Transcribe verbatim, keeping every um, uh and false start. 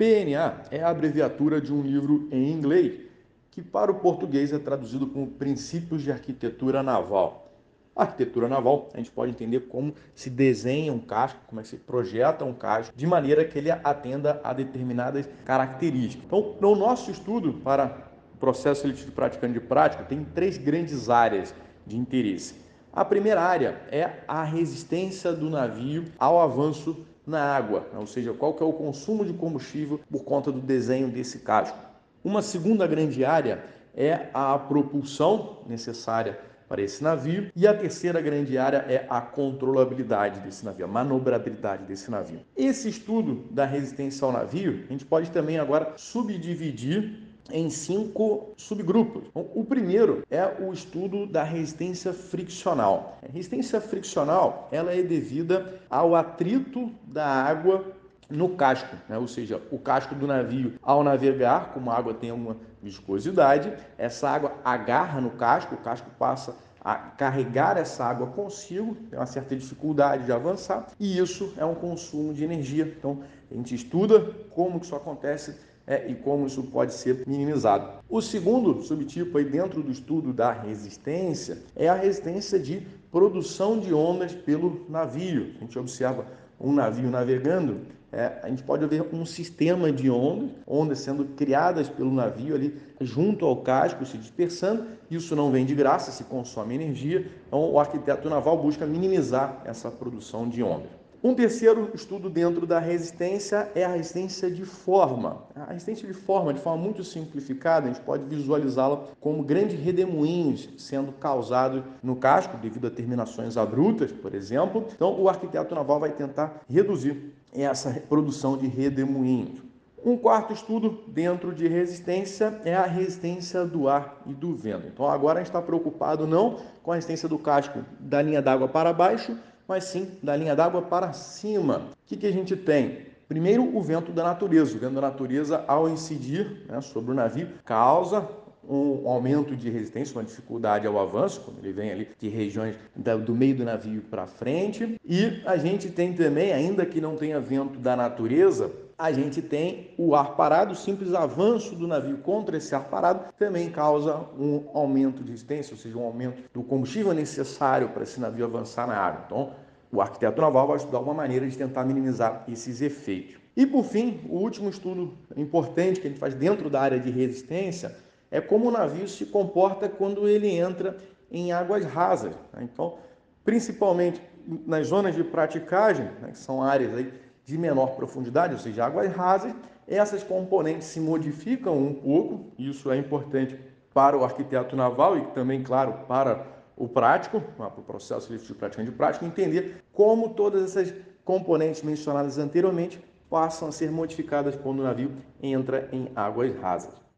P N A é a abreviatura de um livro em inglês, que para o português é traduzido como Princípios de Arquitetura Naval. A arquitetura naval, a gente pode entender como se desenha um casco, como é que se projeta um casco, de maneira que ele atenda a determinadas características. Então, no nosso estudo para o processo seletivo de praticante de prática, tem três grandes áreas de interesse. A primeira área é a resistência do navio ao avanço na água, ou seja, qual que é o consumo de combustível por conta do desenho desse casco. Uma segunda grande área é a propulsão necessária para esse navio, e a terceira grande área é a controlabilidade desse navio, a manobrabilidade desse navio. Esse estudo da resistência ao navio, a gente pode também agora subdividir em cinco subgrupos. O primeiro é o estudo da resistência friccional. A resistência friccional, ela é devida ao atrito da água no casco, né? Ou seja, o casco do navio, ao navegar, como a água tem uma viscosidade, essa água agarra no casco, o casco passa a carregar essa água consigo, tem uma certa dificuldade de avançar, e isso é um consumo de energia. Então, a gente estuda como que isso acontece é, e como isso pode ser minimizado. O segundo subtipo aí dentro do estudo da resistência é a resistência de produção de ondas pelo navio. A gente observa um navio navegando, é, a gente pode ver um sistema de ondas, ondas sendo criadas pelo navio ali junto ao casco, se dispersando. Isso não vem de graça, se consome energia. Então, o arquiteto naval busca minimizar essa produção de ondas. Um terceiro estudo dentro da resistência é a resistência de forma. A resistência de forma, de forma muito simplificada, a gente pode visualizá-la como grandes redemoinhos sendo causados no casco devido a terminações abruptas, por exemplo. Então, o arquiteto naval vai tentar reduzir essa produção de redemoinhos. Um quarto estudo dentro de resistência é a resistência do ar e do vento. Então, agora a gente está preocupado não com a resistência do casco da linha d'água para baixo, mas sim da linha d'água para cima. O que, que a gente tem? Primeiro, o vento da natureza. O vento da natureza, ao incidir, né, sobre o navio, causa um aumento de resistência, uma dificuldade ao avanço, quando ele vem ali de regiões do meio do navio para frente. E a gente tem também, ainda que não tenha vento da natureza, a gente tem o ar parado. O simples avanço do navio contra esse ar parado também causa um aumento de resistência, ou seja, um aumento do combustível necessário para esse navio avançar na água. Então, o arquiteto naval vai estudar uma maneira de tentar minimizar esses efeitos. E, por fim, o último estudo importante que a gente faz dentro da área de resistência é como o navio se comporta quando ele entra em águas rasas. Então, principalmente nas zonas de praticagem, né, que são áreas aí de menor profundidade, ou seja, águas rasas, essas componentes se modificam um pouco. Isso é importante para o arquiteto naval e também, claro, para o prático, para o processo seletivo de praticante de prática, entender como todas essas componentes mencionadas anteriormente passam a ser modificadas quando o navio entra em águas rasas.